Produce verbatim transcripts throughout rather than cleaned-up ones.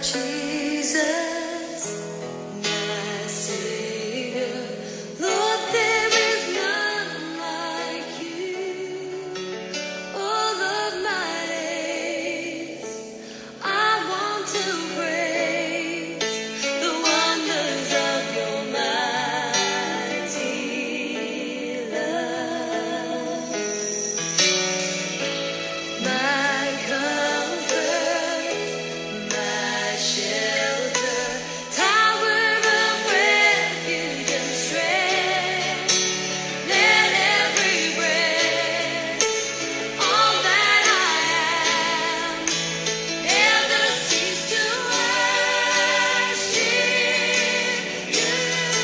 Jesus, my Savior, Lord, there is none like you. All of my days, I want to praise the wonders of your mighty love. My comfort, my shelter, tower of refuge and strength. Let every breath, all that I am, never cease to worship you.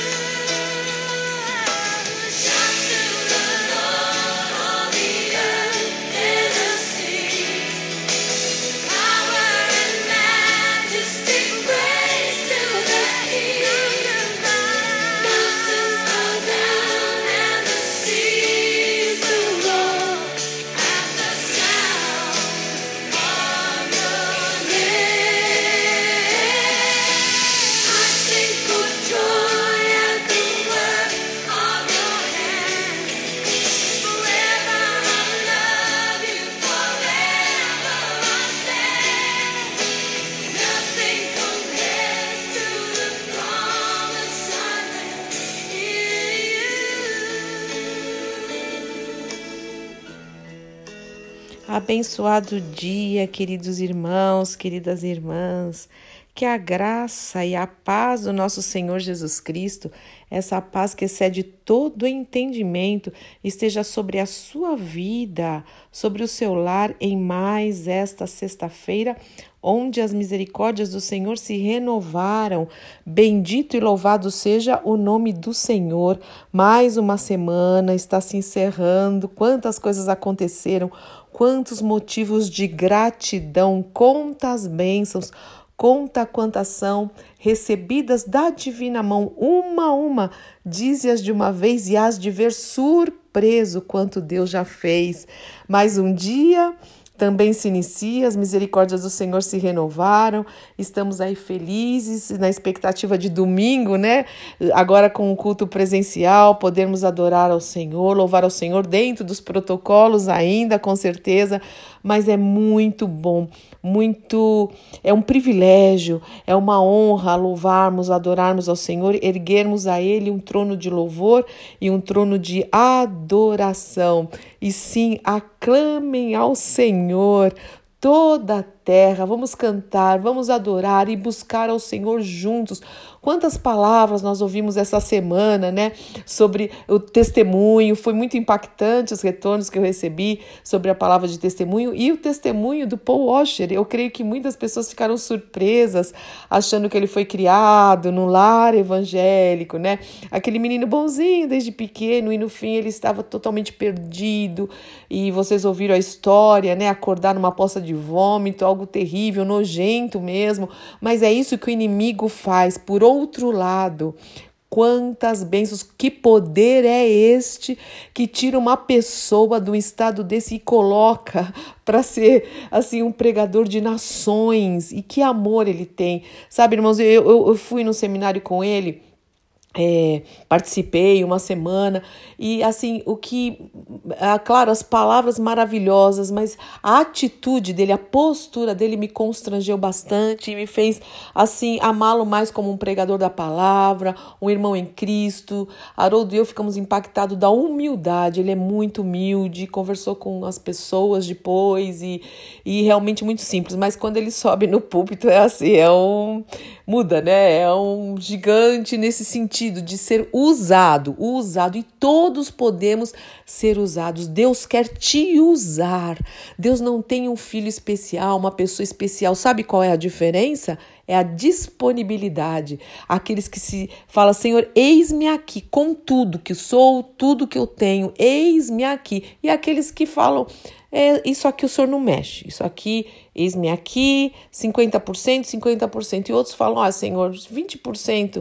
Shout to the Lord, all the earth, let us sing. Power and majesty, praise to the King. Mountains bow down and the seas will roar at the sound of your name. I sing for joy at the work of your hands. Forever I love you, forever I stand. Nothing compares to the promise I have in you. Abençoado dia, queridos irmãos, queridas irmãs. Que a graça e a paz do nosso Senhor Jesus Cristo, essa paz que excede todo entendimento, esteja sobre a sua vida, sobre o seu lar em mais esta sexta-feira, onde as misericórdias do Senhor se renovaram. Bendito e louvado seja o nome do Senhor. Mais uma semana está se encerrando. Quantas coisas aconteceram, quantos motivos de gratidão, quantas bênçãos, conta quantas são recebidas da divina mão, uma a uma, dize-as de uma vez e hás de ver surpreso quanto Deus já fez. Mais um dia também se inicia, as misericórdias do Senhor se renovaram, estamos aí felizes, na expectativa de domingo, né? Agora com o culto presencial, podermos adorar ao Senhor, louvar ao Senhor dentro dos protocolos ainda, com certeza, mas é muito bom, muito, é um privilégio, é uma honra louvarmos, adorarmos ao Senhor, erguermos a Ele um trono de louvor e um trono de adoração. E sim, aclamem ao Senhor toda a terra, vamos cantar, vamos adorar e buscar ao Senhor juntos. Quantas palavras nós ouvimos essa semana, né? Sobre o testemunho, foi muito impactante os retornos que eu recebi sobre a palavra de testemunho e o testemunho do Paul Washer. Eu creio que muitas pessoas ficaram surpresas, achando que ele foi criado num lar evangélico, né? Aquele menino bonzinho desde pequeno e no fim ele estava totalmente perdido e vocês ouviram a história, né? Acordar numa poça de vômito, algo terrível, nojento mesmo, mas é isso que o inimigo faz. Por outro lado, quantas bênçãos, que poder é este que tira uma pessoa de um estado desse e coloca para ser assim um pregador de nações, e que amor ele tem, sabe, irmãos, eu, eu, eu fui no seminário com ele. É, participei uma semana e assim, o que, é, claro, as palavras maravilhosas, mas a atitude dele, a postura dele me constrangeu bastante e me fez assim amá-lo mais como um pregador da palavra, um irmão em Cristo. Haroldo e eu ficamos impactados da humildade, ele é muito humilde, conversou com as pessoas depois e, e realmente muito simples, mas quando ele sobe no púlpito é assim, é um, muda, né, é um gigante nesse sentido de ser usado, usado, e todos podemos ser usados. Deus quer te usar. Deus não tem um filho especial, uma pessoa especial. Sabe qual é a diferença? É a disponibilidade. Aqueles que se falam, Senhor, eis-me aqui com tudo que sou, tudo que eu tenho, eis-me aqui. E aqueles que falam, é, isso aqui o Senhor não mexe, isso aqui, eis-me aqui, cinquenta por cento, cinquenta por cento. E outros falam, ah, Senhor, vinte por cento.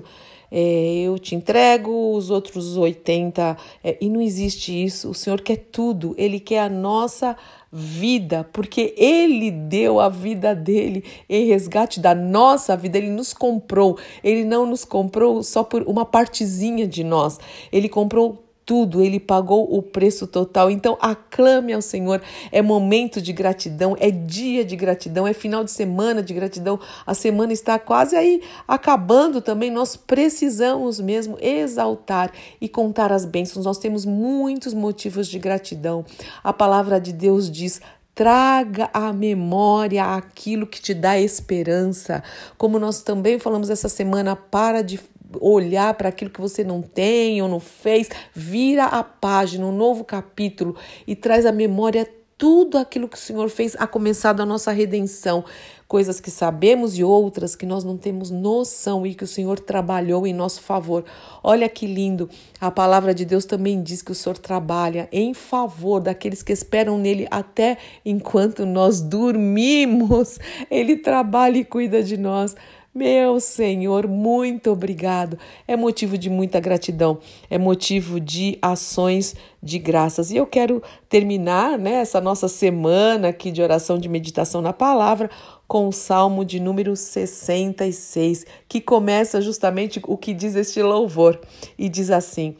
é, eu te entrego os outros oitenta, é, e não existe isso. O Senhor quer tudo, Ele quer a nossa vida, porque Ele deu a vida dele em resgate da nossa vida. Ele nos comprou, Ele não nos comprou só por uma partezinha de nós, Ele comprou tudo, Ele pagou o preço total. Então aclame ao Senhor, é momento de gratidão, é dia de gratidão, é final de semana de gratidão, a semana está quase aí acabando também, nós precisamos mesmo exaltar e contar as bênçãos, nós temos muitos motivos de gratidão. A palavra de Deus diz: traga à memória aquilo que te dá esperança. Como nós também falamos essa semana, para de olhar para aquilo que você não tem ou não fez, vira a página, um novo capítulo e traz à memória tudo aquilo que o Senhor fez, a começar da nossa redenção, coisas que sabemos e outras que nós não temos noção e que o Senhor trabalhou em nosso favor. Olha que lindo, a palavra de Deus também diz que o Senhor trabalha em favor daqueles que esperam nele até enquanto nós dormimos. Ele trabalha e cuida de nós. Meu Senhor, muito obrigado. É motivo de muita gratidão, é motivo de ações de graças. E eu quero terminar, né, essa nossa semana aqui de oração, de meditação na palavra, com o Salmo de número sessenta e seis, que começa justamente o que diz este louvor. E diz assim: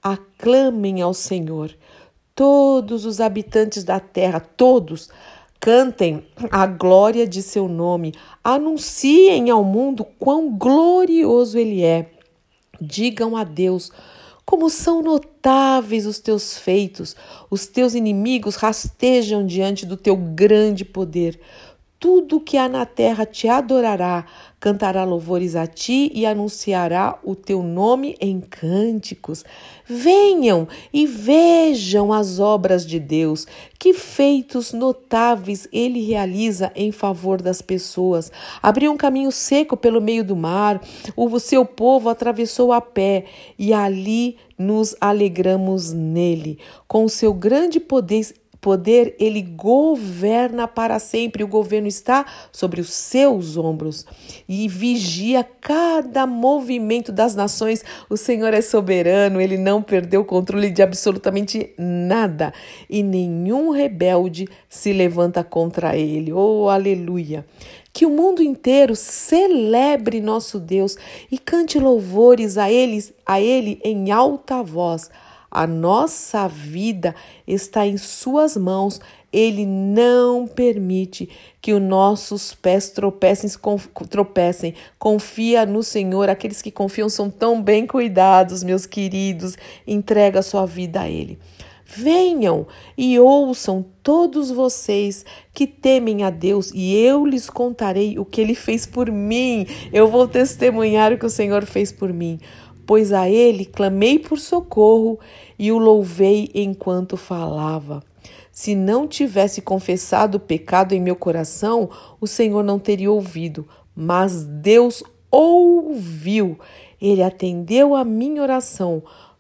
aclamem ao Senhor, todos os habitantes da terra, todos, cantem a glória de seu nome, anunciem ao mundo quão glorioso ele é. Digam a Deus como são notáveis os teus feitos, os teus inimigos rastejam diante do teu grande poder. Tudo que há na terra te adorará, cantará louvores a ti e anunciará o teu nome em cânticos. Venham e vejam as obras de Deus, que feitos notáveis ele realiza em favor das pessoas. Abriu um caminho seco pelo meio do mar, o seu povo atravessou a pé e ali nos alegramos nele. Com o seu grande poder, poder, ele governa para sempre. O governo está sobre os seus ombros e vigia cada movimento das nações. O Senhor é soberano, ele não perdeu o controle de absolutamente nada e nenhum rebelde se levanta contra ele. Oh, aleluia! Que o mundo inteiro celebre nosso Deus e cante louvores a ele, a ele em alta voz. A nossa vida está em suas mãos. Ele não permite que os nossos pés tropecem, tropecem. Confia no Senhor. Aqueles que confiam são tão bem cuidados, meus queridos. Entrega a sua vida a Ele. Venham e ouçam todos vocês que temem a Deus e eu lhes contarei o que Ele fez por mim. Eu vou testemunhar o que o Senhor fez por mim. Pois a Ele clamei por socorro e o louvei enquanto falava. Se não tivesse confessado o pecado em meu coração, o Senhor não teria ouvido, mas Deus ouviu. Ele atendeu a minha oração.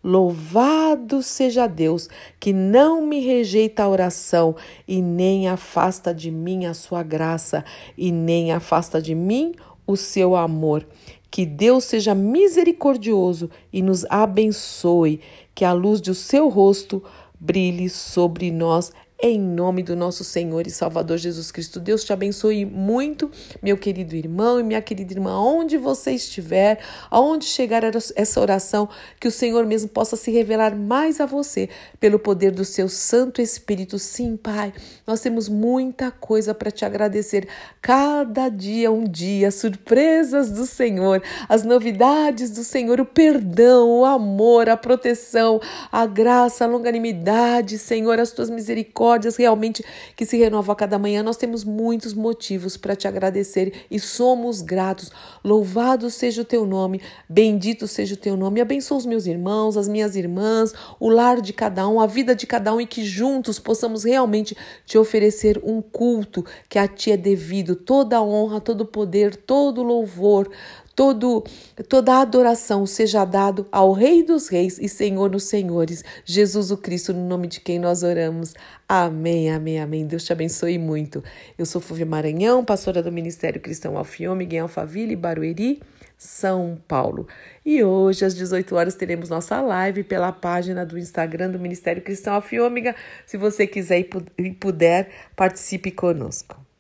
Louvado seja Deus, que não me rejeita a oração e nem afasta de mim a sua graça e nem afasta de mim o seu amor. Que Deus seja misericordioso e nos abençoe, que a luz do seu rosto brilhe sobre nós, em nome do nosso Senhor e Salvador Jesus Cristo. Deus te abençoe muito, meu querido irmão e minha querida irmã, onde você estiver, aonde chegar essa oração, que o Senhor mesmo possa se revelar mais a você, pelo poder do seu Santo Espírito. Sim, Pai, nós temos muita coisa para te agradecer, cada dia um dia, as surpresas do Senhor, as novidades do Senhor, o perdão, o amor, a proteção, a graça, a longanimidade, Senhor, as tuas misericórdias, realmente que se renova a cada manhã. Nós temos muitos motivos para te agradecer e somos gratos. Louvado seja o teu nome, bendito seja o teu nome. Abençoa os meus irmãos, as minhas irmãs, o lar de cada um, a vida de cada um, e que juntos possamos realmente te oferecer um culto que a ti é devido. Toda a honra, todo o poder, todo o louvor, Todo, toda a adoração seja dado ao Rei dos Reis e Senhor dos Senhores, Jesus o Cristo, no nome de quem nós oramos. Amém, amém, amém. Deus te abençoe muito. Eu sou Fúvia Maranhão, pastora do Ministério Cristão Alfiômega em Alphaville, Barueri. São Paulo. E hoje, às dezoito horas, teremos nossa live pela página do Instagram do Ministério Cristão Alfa e Ômega. Se você quiser e puder, participe conosco.